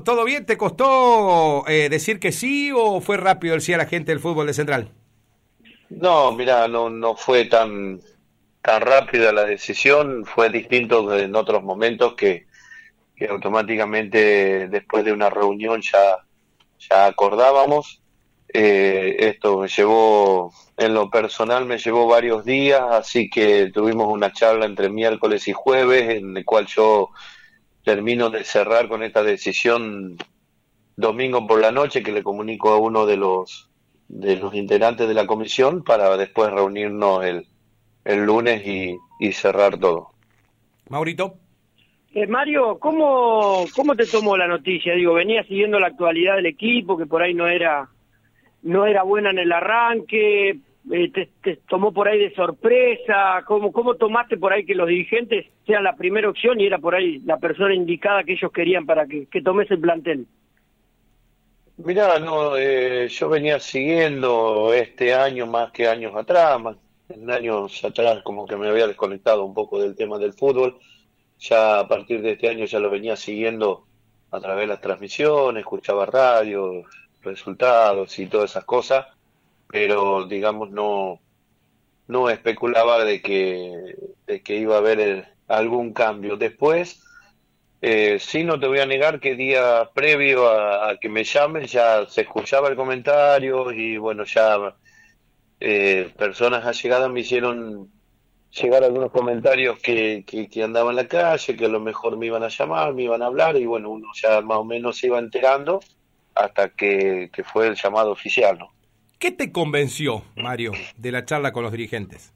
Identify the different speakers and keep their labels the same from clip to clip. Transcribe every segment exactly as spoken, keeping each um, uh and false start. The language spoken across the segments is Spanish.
Speaker 1: ¿todo bien? ¿Te costó eh, decir que sí o fue rápido el sí a la gente del fútbol de Central?
Speaker 2: No, mira, no, no fue tan, tan rápida la decisión, fue distinto de en otros momentos que, que automáticamente después de una reunión ya, ya acordábamos. Eh, esto me llevó, en lo personal me llevó varios días, así que tuvimos una charla entre miércoles y jueves en el cual yo termino de cerrar con esta decisión domingo por la noche, que le comunico a uno de los de los integrantes de la comisión para después reunirnos el, el lunes y, y cerrar todo.
Speaker 1: Maurito.
Speaker 3: Eh, Mario, ¿cómo, ¿cómo te tomó la noticia? Digo, venía siguiendo la actualidad del equipo, que por ahí no era no era buena en el arranque, eh, te, te tomó por ahí de sorpresa. ¿Cómo, ¿Cómo tomaste por ahí que los dirigentes sean la primera opción y era por ahí la persona indicada que ellos querían para que, que tomes el plantel?
Speaker 2: Mirá, no, eh, yo venía siguiendo este año más que años atrás, más en años atrás como que me había desconectado un poco del tema del fútbol. Ya a partir de este año ya lo venía siguiendo a través de las transmisiones, escuchaba radio, resultados y todas esas cosas, pero digamos no no especulaba de que de que iba a haber eh, algún cambio. Después, eh, sí, no te voy a negar que día previo a, a que me llamen ya se escuchaba el comentario y bueno, ya eh, personas allegadas me hicieron llegar algunos comentarios que, que, que andaba en la calle, que a lo mejor me iban a llamar, me iban a hablar y bueno, uno ya más o menos se iba enterando hasta que, que fue el llamado oficial, ¿no?
Speaker 1: ¿Qué te convenció, Mario, de la charla con los dirigentes?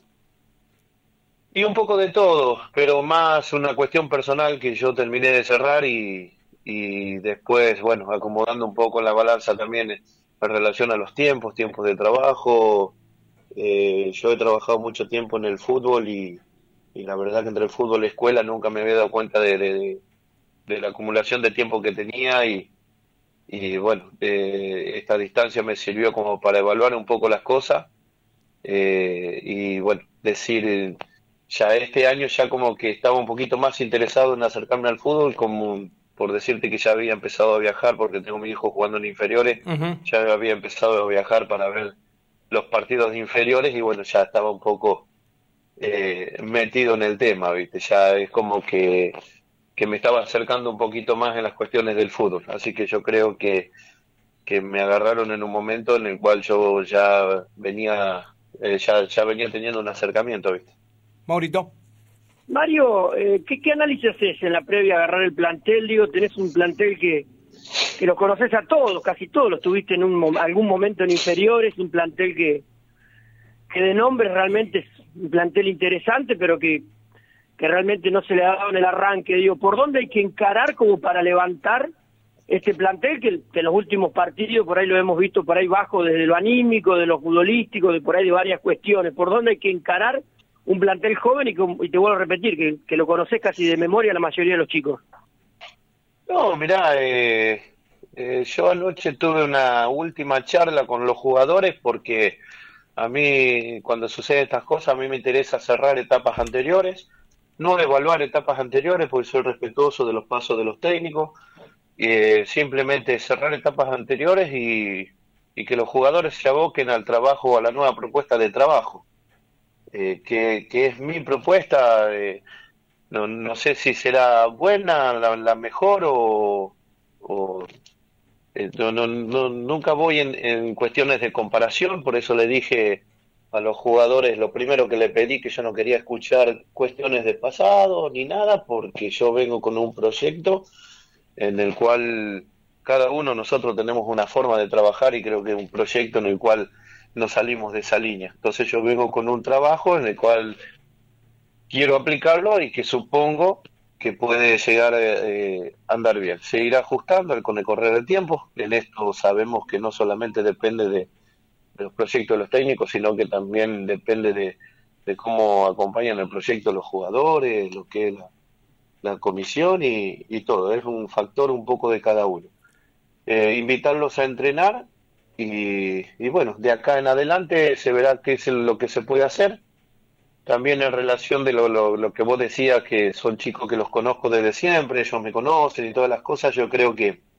Speaker 2: Y un poco de todo, pero más una cuestión personal que yo terminé de cerrar y, y después, bueno, acomodando un poco la balanza también en relación a los tiempos, tiempos de trabajo. Eh, yo he trabajado mucho tiempo en el fútbol y, y la verdad que entre el fútbol y la escuela nunca me había dado cuenta de, de, de la acumulación de tiempo que tenía y, y bueno, eh, esta distancia me sirvió como para evaluar un poco las cosas eh, y bueno, decir, ya este año ya como que estaba un poquito más interesado en acercarme al fútbol, como por decirte que ya había empezado a viajar porque tengo a mi hijo jugando en inferiores,
Speaker 1: Uh-huh.
Speaker 2: ya había empezado a viajar para ver los partidos de inferiores y bueno, ya estaba un poco eh, metido en el tema, ¿viste? Ya es como que, que me estaba acercando un poquito más en las cuestiones del fútbol, así que yo creo que, que me agarraron en un momento en el cual yo ya venía eh, ya, ya venía teniendo un acercamiento, ¿viste?
Speaker 1: Maurito.
Speaker 3: Mario, eh, ¿qué, ¿qué análisis haces en la previa a agarrar el plantel? Digo, tenés un plantel que, que los conoces a todos, casi todos los tuviste en un, algún momento en inferiores, un plantel que, que de nombre realmente es un plantel interesante, pero que, que realmente no se le ha dado en el arranque. Digo, ¿por dónde hay que encarar como para levantar este plantel que, que en los últimos partidos por ahí lo hemos visto por ahí bajo desde lo anímico, de lo futbolístico, de por ahí de varias cuestiones? ¿Por dónde hay que encarar un plantel joven y, y te vuelvo a repetir, que, que lo conocés casi de memoria la mayoría de los chicos?
Speaker 2: No, mirá, eh, eh, yo anoche tuve una última charla con los jugadores porque a mí, cuando suceden estas cosas, a mí me interesa cerrar etapas anteriores, no evaluar etapas anteriores porque soy respetuoso de los pasos de los técnicos, eh, simplemente cerrar etapas anteriores y, y que los jugadores se aboquen al trabajo, a la nueva propuesta de trabajo, eh, que, que es mi propuesta. Eh, no, no sé si será buena, la, la mejor o... o eh, no, no, no, nunca voy en, en cuestiones de comparación, por eso le dije a los jugadores, lo primero que le pedí, que yo no quería escuchar cuestiones de pasado ni nada, porque yo vengo con un proyecto en el cual cada uno nosotros tenemos una forma de trabajar y creo que es un proyecto en el cual no salimos de esa línea. Entonces yo vengo con un trabajo en el cual quiero aplicarlo y que supongo que puede llegar a eh, andar bien. Se irá ajustando con el correr del tiempo. En esto sabemos que no solamente depende de, de los proyectos de los técnicos, sino que también depende de, de cómo acompañan el proyecto los jugadores, lo que es la, la comisión y, y todo. Es un factor un poco de cada uno. Eh, invitarlos a entrenar y, y bueno, de acá en adelante se verá qué es lo que se puede hacer. También en relación de lo, lo, lo que vos decías, que son chicos que los conozco desde siempre, ellos me conocen y todas las cosas, yo creo que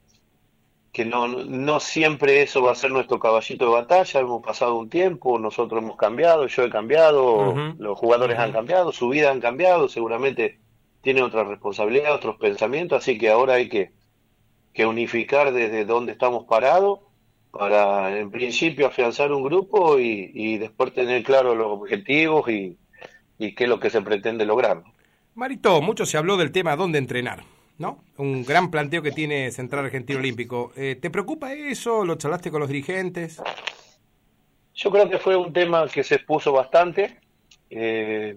Speaker 2: que no, no siempre eso va a ser nuestro caballito de batalla. Hemos pasado un tiempo, nosotros hemos cambiado, yo he cambiado,
Speaker 1: Uh-huh.
Speaker 2: los jugadores
Speaker 1: Uh-huh.
Speaker 2: han cambiado, su vida han cambiado, seguramente tienen otra responsabilidad, otros pensamientos, así que ahora hay que, que unificar desde donde estamos parados para, en principio, afianzar un grupo y, y después tener claros los objetivos y, y qué es lo que se pretende lograr.
Speaker 1: Marito, mucho se habló del tema dónde entrenar, ¿no? Un gran planteo que tiene Central Argentino Olímpico. Eh, ¿Te preocupa eso? ¿Lo charlaste con los dirigentes?
Speaker 2: Yo creo que fue un tema que se expuso bastante. Eh,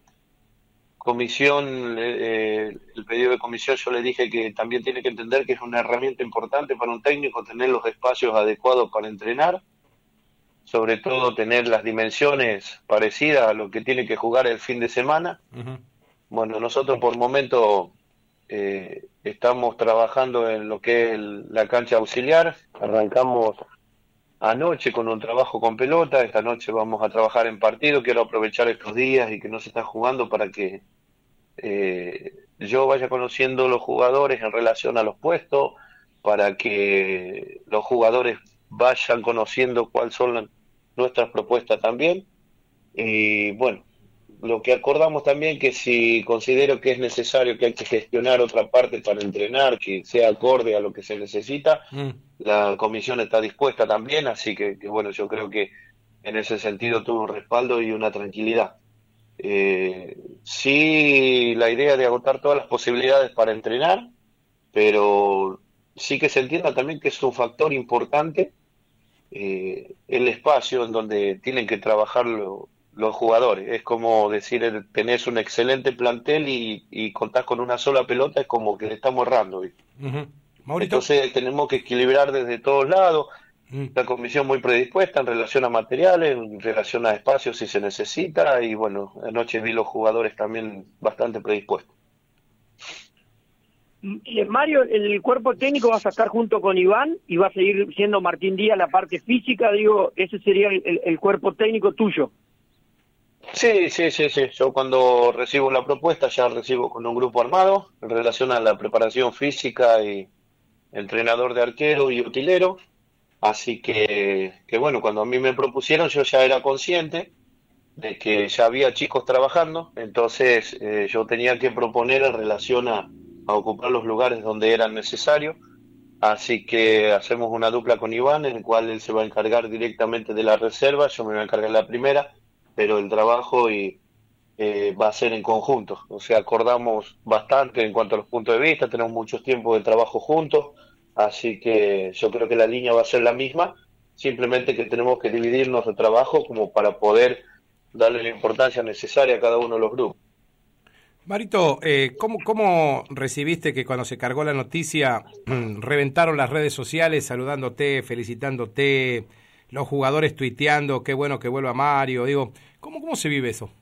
Speaker 2: comisión, eh, el pedido de comisión, yo le dije que también tiene que entender que es una herramienta importante para un técnico tener los espacios adecuados para entrenar, sobre todo tener las dimensiones parecidas a lo que tiene que jugar el fin de semana.
Speaker 1: Uh-huh.
Speaker 2: Bueno, nosotros por momento eh, estamos trabajando en lo que es el, la cancha auxiliar. Arrancamos anoche con un trabajo con pelota, esta noche vamos a trabajar en partido. Quiero aprovechar estos días y que no se está jugando para que eh, yo vaya conociendo los jugadores en relación a los puestos, para que los jugadores vayan conociendo cuáles son la, nuestras propuestas también. Y bueno, lo que acordamos también, que si considero que es necesario, que hay que gestionar otra parte para entrenar, que sea acorde a lo que se necesita, mm. la comisión está dispuesta también, así que, que bueno, yo creo que en ese sentido tuvo un respaldo y una tranquilidad. Eh, sí, la idea de agotar todas las posibilidades para entrenar, pero sí que se entienda también que es un factor importante eh, el espacio en donde tienen que trabajar lo, los jugadores. Es como decir, tenés un excelente plantel y, y contás con una sola pelota, es como que le estamos errando. Uh-huh. Entonces tenemos que equilibrar desde todos lados. Uh-huh. La comisión muy predispuesta en relación a materiales, en relación a espacios si se necesita, y bueno, anoche vi los jugadores también bastante predispuestos.
Speaker 3: Mario, el cuerpo técnico vas a estar junto con Iván y va a seguir siendo Martín Díaz la parte física, digo, ese sería el, el cuerpo técnico tuyo.
Speaker 2: Sí, sí, sí, sí. Yo cuando recibo la propuesta ya recibo con un grupo armado en relación a la preparación física y entrenador de arquero y utilero. Así que, que bueno, cuando a mí me propusieron yo ya era consciente de que ya había chicos trabajando, entonces eh, yo tenía que proponer en relación a, a ocupar los lugares donde eran necesarios. Así que hacemos una dupla con Iván, en el cual él se va a encargar directamente de la reserva, yo me voy a encargar de la primera, pero el trabajo y, eh, va a ser en conjunto. O sea, acordamos bastante en cuanto a los puntos de vista, tenemos muchos tiempos de trabajo juntos, así que yo creo que la línea va a ser la misma, simplemente que tenemos que dividirnos de trabajo como para poder darle la importancia necesaria a cada uno de los grupos.
Speaker 1: Marito, eh, ¿cómo, ¿cómo recibiste que cuando se cargó la noticia reventaron las redes sociales saludándote, felicitándote, los jugadores tuiteando, qué bueno que vuelva Mario? Digo, ¿cómo, cómo se vive eso?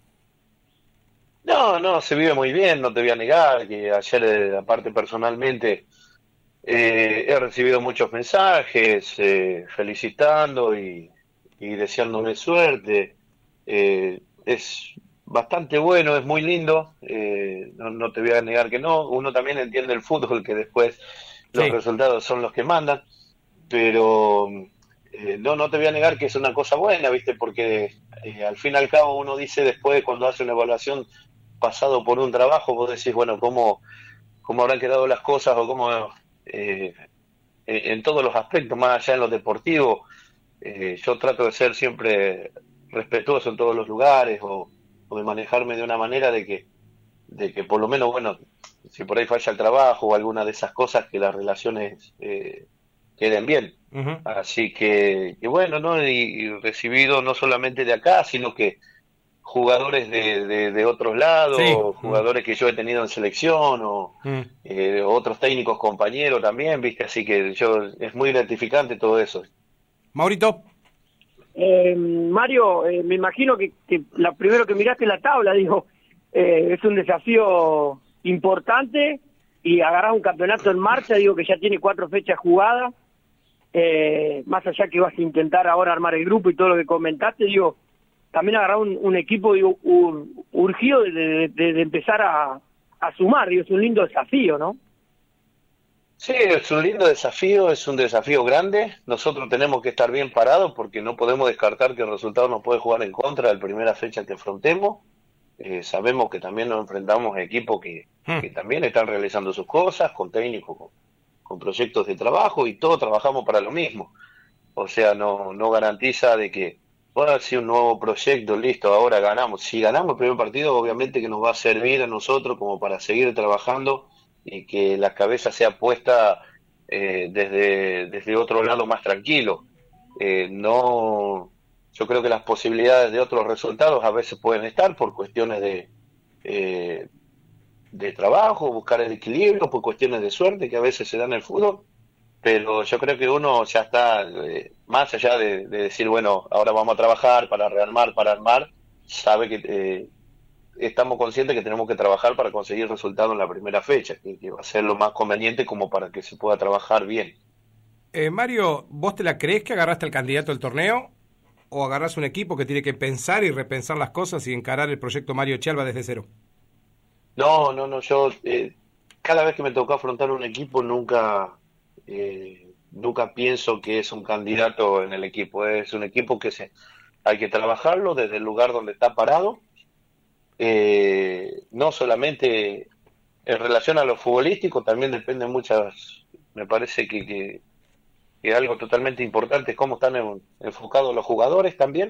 Speaker 2: No, no, se vive muy bien, no te voy a negar que ayer, aparte personalmente, eh, he recibido muchos mensajes eh, felicitando y, y deseándome suerte. Eh, es bastante bueno, es muy lindo, eh, no, no te voy a negar que no. Uno también entiende el fútbol, que después los sí. resultados son los que mandan, pero eh, no, no te voy a negar que es una cosa buena, ¿viste? Porque eh, al fin y al cabo uno dice después, cuando hace una evaluación pasado por un trabajo, vos decís, bueno, ¿cómo, cómo habrán quedado las cosas o cómo... Eh, en todos los aspectos, más allá en lo deportivo, eh, yo trato de ser siempre respetuoso en todos los lugares o, o de manejarme de una manera de que, de que por lo menos, bueno, si por ahí falla el trabajo o alguna de esas cosas, que las relaciones eh, queden bien. Uh-huh. Así que, que bueno, ¿no? Y, y recibido no solamente de acá, sino que jugadores de, de, de otros lados, sí. jugadores que yo he tenido en selección o mm. eh, otros técnicos compañeros también, viste, así que yo es muy gratificante todo eso.
Speaker 1: Maurito.
Speaker 3: Eh, Mario, eh, me imagino que, que la primero que miraste la tabla, digo, eh, es un desafío importante y agarrás un campeonato en marcha, digo que ya tiene cuatro fechas jugadas, eh, más allá que vas a intentar ahora armar el grupo y todo lo que comentaste, digo, también agarrar un, un equipo digo, ur, urgido de, de, de empezar a, a sumar, digo, es un lindo desafío, ¿no?
Speaker 2: Sí, es un lindo desafío, es un desafío grande. Nosotros tenemos que estar bien parados porque no podemos descartar que el resultado nos puede jugar en contra de la primera fecha que afrontemos. Eh, sabemos que también nos enfrentamos a equipos que,
Speaker 1: Hmm.
Speaker 2: que también están realizando sus cosas, con técnicos, con, con proyectos de trabajo y todos trabajamos para lo mismo. O sea, no, no garantiza de que, bueno, si un nuevo proyecto, listo, ahora ganamos. Si ganamos el primer partido, obviamente que nos va a servir a nosotros como para seguir trabajando y que la cabeza sea puesta eh, desde, desde otro lado más tranquilo. Eh, no, yo creo que las posibilidades de otros resultados a veces pueden estar por cuestiones de, eh, de trabajo, buscar el equilibrio, por cuestiones de suerte que a veces se dan en el fútbol, pero yo creo que uno ya está, eh, más allá de, de decir, bueno, ahora vamos a trabajar para rearmar, para armar, sabe que eh, estamos conscientes que tenemos que trabajar para conseguir resultados en la primera fecha, que, que va a ser lo más conveniente como para que se pueda trabajar bien.
Speaker 1: Eh, Mario, ¿vos te la creés que agarraste al candidato del torneo o agarrás un equipo que tiene que pensar y repensar las cosas y encarar el proyecto Mario Chalva desde cero?
Speaker 2: No, no, no, yo eh, cada vez que me tocó afrontar un equipo nunca, eh, nunca pienso que es un candidato en el equipo, es un equipo que se, hay que trabajarlo desde el lugar donde está parado, eh, no solamente en relación a lo futbolístico, también depende muchas, me parece que, que, que algo totalmente importante es cómo están en- enfocados los jugadores también.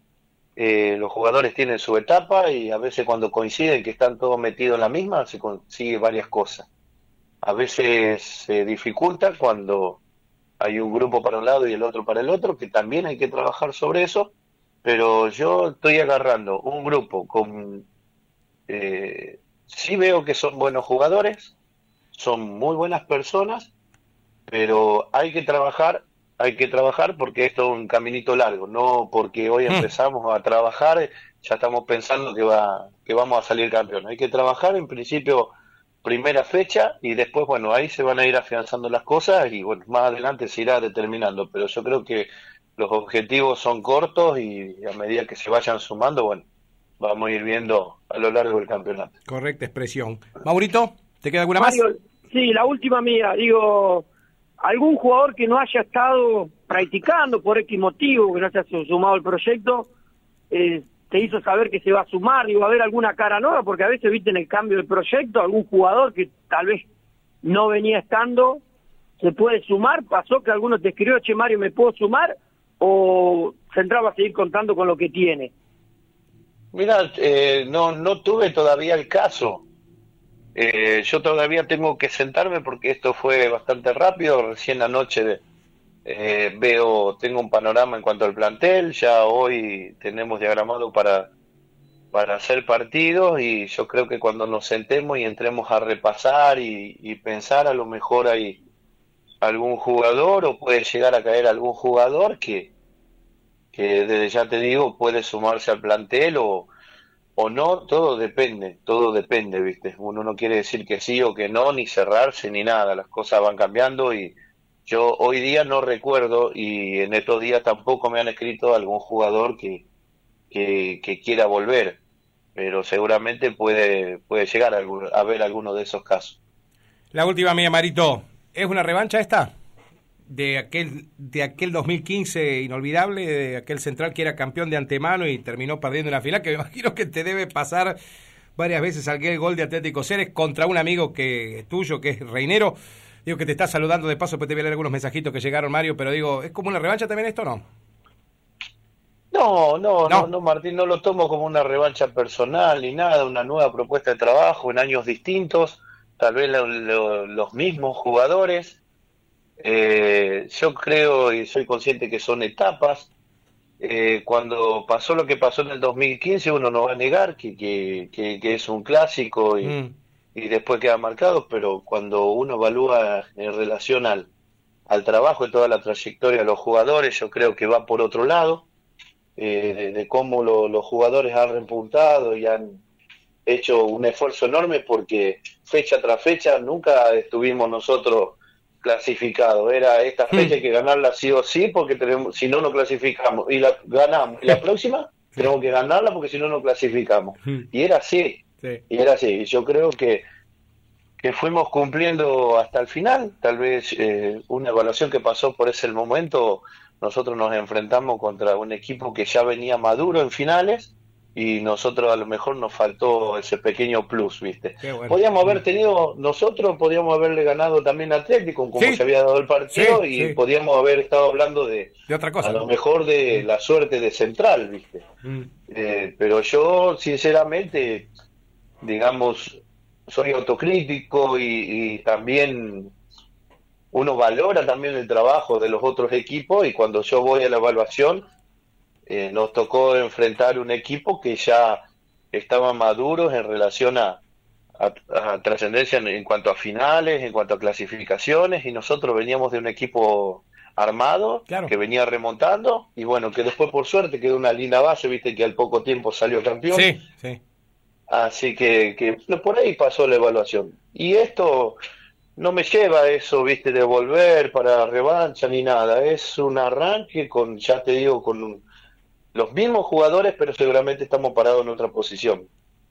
Speaker 2: Eh, los jugadores tienen su etapa y a veces cuando coinciden que están todos metidos en la misma, se consigue varias cosas. A veces se dificulta cuando hay un grupo para un lado y el otro para el otro, que también hay que trabajar sobre eso, pero yo estoy agarrando un grupo con... Eh, sí veo que son buenos jugadores, son muy buenas personas, pero hay que trabajar, hay que trabajar porque esto es un caminito largo, no porque hoy
Speaker 1: Hmm.
Speaker 2: empezamos a trabajar, ya estamos pensando que va, que vamos a salir campeón. Hay que trabajar en principio primera fecha y después, bueno, ahí se van a ir afianzando las cosas y bueno, más adelante se irá determinando, pero yo creo que los objetivos son cortos y a medida que se vayan sumando, bueno, vamos a ir viendo a lo largo del campeonato.
Speaker 1: Correcta expresión. Maurito, ¿te queda alguna más?
Speaker 3: Mario, sí, la última mía, digo, algún jugador que no haya estado practicando por X motivo, que no se haya sumado al proyecto, eh, te hizo saber que se va a sumar, digo, a ver alguna cara nueva, porque a veces viste en el cambio del proyecto, algún jugador que tal vez no venía estando, se puede sumar, pasó que alguno te escribió, che Mario, ¿me puedo sumar? O se entraba a seguir contando con lo que tiene.
Speaker 2: Mira, eh, no, no tuve todavía el caso. Eh, yo todavía tengo que sentarme porque esto fue bastante rápido. Recién anoche eh, veo, tengo un panorama en cuanto al plantel. Ya hoy tenemos diagramado para, para hacer partidos y yo creo que cuando nos sentemos y entremos a repasar y, y pensar, a lo mejor hay algún jugador o puede llegar a caer algún jugador que, que desde ya te digo puede sumarse al plantel o o no, todo depende, todo depende, ¿viste? Uno no quiere decir que sí o que no, ni cerrarse, ni nada, las cosas van cambiando y yo hoy día no recuerdo y en estos días tampoco me han escrito algún jugador que, que, que quiera volver, pero seguramente puede, puede llegar a, algún- a ver alguno de esos casos.
Speaker 1: La última mía, Marito. ¿Es una revancha esta? De aquel, de aquel dos mil quince inolvidable, de aquel central que era campeón de antemano y terminó perdiendo en la final, que me imagino que te debe pasar varias veces aquel gol de Atlético Ceres contra un amigo que tuyo, que es Reinero. Digo que te está saludando de paso, pues te voy a leer algunos mensajitos que llegaron, Mario, pero digo, ¿es como una revancha también esto o no?
Speaker 2: No, no, no,
Speaker 1: No.
Speaker 2: no, Martín, no lo tomo como una revancha personal ni nada, una nueva propuesta de trabajo en años distintos, tal vez lo- lo- los mismos jugadores. Eh, yo creo y soy consciente que son etapas. Eh, cuando pasó lo que pasó en el dos mil quince, uno no va a negar que, que, que, que es un clásico y,
Speaker 1: Mm.
Speaker 2: y después queda marcado, pero cuando uno evalúa en relación al, al trabajo y toda la trayectoria de los jugadores, yo creo que va por otro lado, eh, de, de cómo lo- los jugadores han repuntado y han hecho un esfuerzo enorme porque fecha tras fecha nunca estuvimos nosotros clasificados. Era esta fecha hay que ganarla sí o sí porque tenemos, si no no clasificamos y la ganamos. Y la próxima tenemos que ganarla porque si no no clasificamos. Y era así,
Speaker 1: Sí.
Speaker 2: y era así. Y yo creo que que fuimos cumpliendo hasta el final. Tal vez eh, una evaluación que pasó por ese momento, nosotros nos enfrentamos contra un equipo que ya venía maduro en finales y nosotros a lo mejor nos faltó ese pequeño plus, ¿viste?
Speaker 1: Bueno.
Speaker 2: Podíamos haber tenido, nosotros podíamos haberle ganado también a Atlético, como
Speaker 1: sí.
Speaker 2: se había dado el partido,
Speaker 1: sí,
Speaker 2: y
Speaker 1: sí.
Speaker 2: podíamos haber estado hablando de,
Speaker 1: de otra cosa,
Speaker 2: a
Speaker 1: ¿no?
Speaker 2: lo mejor de la suerte de Central, ¿viste? Mm. Eh, pero yo, sinceramente, digamos, soy autocrítico y, y también uno valora también el trabajo de los otros equipos, y cuando yo voy a la evaluación, Eh, nos tocó enfrentar un equipo que ya estaba maduro en relación a, a, a trascendencia en, en cuanto a finales, en cuanto a clasificaciones, y nosotros veníamos de un equipo armado,
Speaker 1: claro.
Speaker 2: que venía remontando, y bueno, que después por suerte quedó una linda base, viste que al poco tiempo salió campeón.
Speaker 1: Sí, sí.
Speaker 2: Así que, que por ahí pasó la evaluación. Y esto no me lleva a eso, viste, de volver para revancha ni nada, es un arranque con, ya te digo, con un los mismos jugadores, pero seguramente estamos parados en otra posición.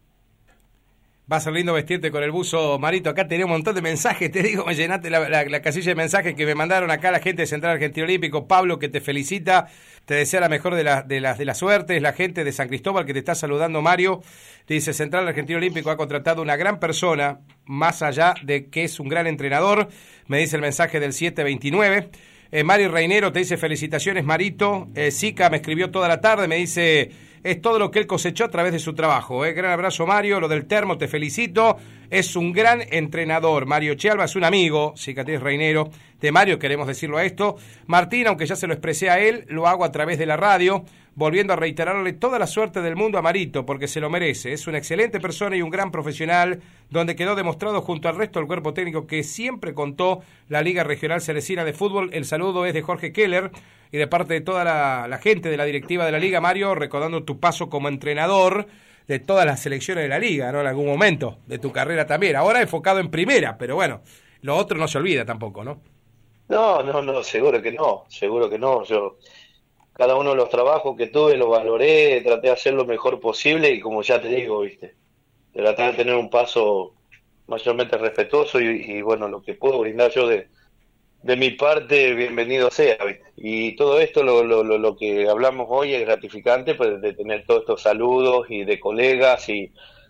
Speaker 1: Va a ser lindo vestirte con el buzo, Marito. Acá tenés un montón de mensajes, te digo, me llenaste la, la, la casilla de mensajes que me mandaron acá la gente de Central Argentino Olímpico. Pablo, que te felicita, te desea la mejor de las de las de las suertes. La gente de San Cristóbal que te está saludando, Mario. Te dice, Central Argentino Olímpico ha contratado una gran persona, más allá de que es un gran entrenador. Me dice el mensaje del siete veintinueve. Eh, Mari Reinero te dice, felicitaciones, Marito. Eh, Sica me escribió toda la tarde, me dice, es todo lo que él cosechó a través de su trabajo. Eh. Gran abrazo, Mario. Lo del termo, te felicito. Es un gran entrenador. Mario Chialba es un amigo, Cicatriz Reinero, de Mario, queremos decirlo a esto. Martín, aunque ya se lo expresé a él, lo hago a través de la radio, volviendo a reiterarle toda la suerte del mundo a Marito, porque se lo merece. Es una excelente persona y un gran profesional, donde quedó demostrado junto al resto del cuerpo técnico que siempre contó la Liga Regional Ceresina de Fútbol. El saludo es de Jorge Keller y de parte de toda la, la gente de la directiva de la Liga, Mario, recordando tu paso como entrenador de todas las selecciones de la Liga, ¿no? En algún momento de tu carrera también. Ahora enfocado en primera, pero bueno, lo otro no se olvida tampoco, ¿no?
Speaker 2: No, no, no, seguro que no, seguro que no. Yo cada uno de los trabajos que tuve lo valoré, traté de hacer lo mejor posible y como ya te digo, viste, traté de tener un paso mayormente respetuoso y, y bueno, lo que puedo brindar yo de, de mi parte, bienvenido sea, ¿viste? Y todo esto, lo, lo, lo, lo que hablamos hoy es gratificante, pues, de tener todos estos saludos y de colegas y,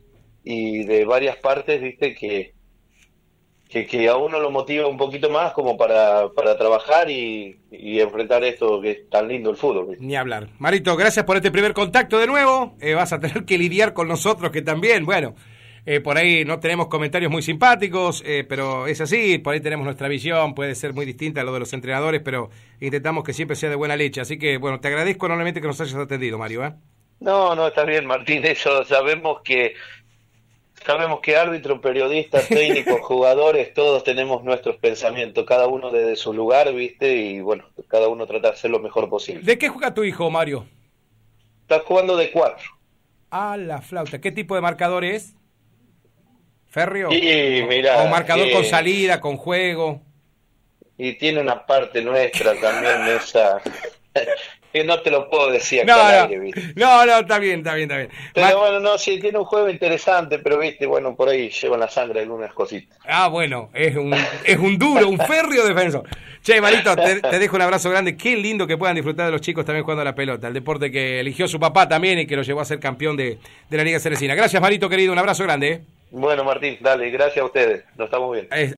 Speaker 2: y de varias partes, ¿viste? Que, que, que a uno lo motiva un poquito más como para, para trabajar y, y enfrentar esto que es tan lindo el fútbol, ¿viste?
Speaker 1: Ni hablar. Marito, gracias por este primer contacto de nuevo. Eh, vas a tener que lidiar con nosotros, que también, bueno... Eh, por ahí no tenemos comentarios muy simpáticos, eh, pero es así, por ahí tenemos nuestra visión, puede ser muy distinta a lo de los entrenadores, pero intentamos que siempre sea de buena leche, así que bueno, te agradezco enormemente que nos hayas atendido, Mario. ¿eh?
Speaker 2: No, no, está bien, Martín, eso sabemos que sabemos que árbitros, periodistas, técnicos, jugadores, todos tenemos nuestros pensamientos, cada uno desde su lugar, ¿viste? Y bueno, cada uno trata de hacer lo mejor posible.
Speaker 1: ¿De qué juega tu hijo, Mario?
Speaker 2: Está jugando de cuatro.
Speaker 1: Ah, la flauta, ¿qué tipo de marcador es? ¿Férreo?
Speaker 2: Y mira,
Speaker 1: ¿O marcador
Speaker 2: eh,
Speaker 1: con salida, con juego?
Speaker 2: Y tiene una parte nuestra también, esa... que no te lo puedo decir acá
Speaker 1: no,
Speaker 2: al
Speaker 1: no,
Speaker 2: aire, ¿viste?
Speaker 1: No, no, está bien, está bien, está bien.
Speaker 2: Pero
Speaker 1: Mar...
Speaker 2: bueno, no, sí, tiene un juego interesante, pero viste, bueno, por ahí llevan la sangre algunas cositas.
Speaker 1: Ah, bueno, es un, es un duro, un férreo defensor. Che, Marito, te, te dejo un abrazo grande. Qué lindo que puedan disfrutar de los chicos también jugando a la pelota, el deporte que eligió su papá también y que lo llevó a ser campeón de, de la Liga Ceresina. Gracias, Marito, querido, un abrazo grande. ¿eh?
Speaker 2: Bueno, Martín, dale, gracias a ustedes, nos estamos viendo.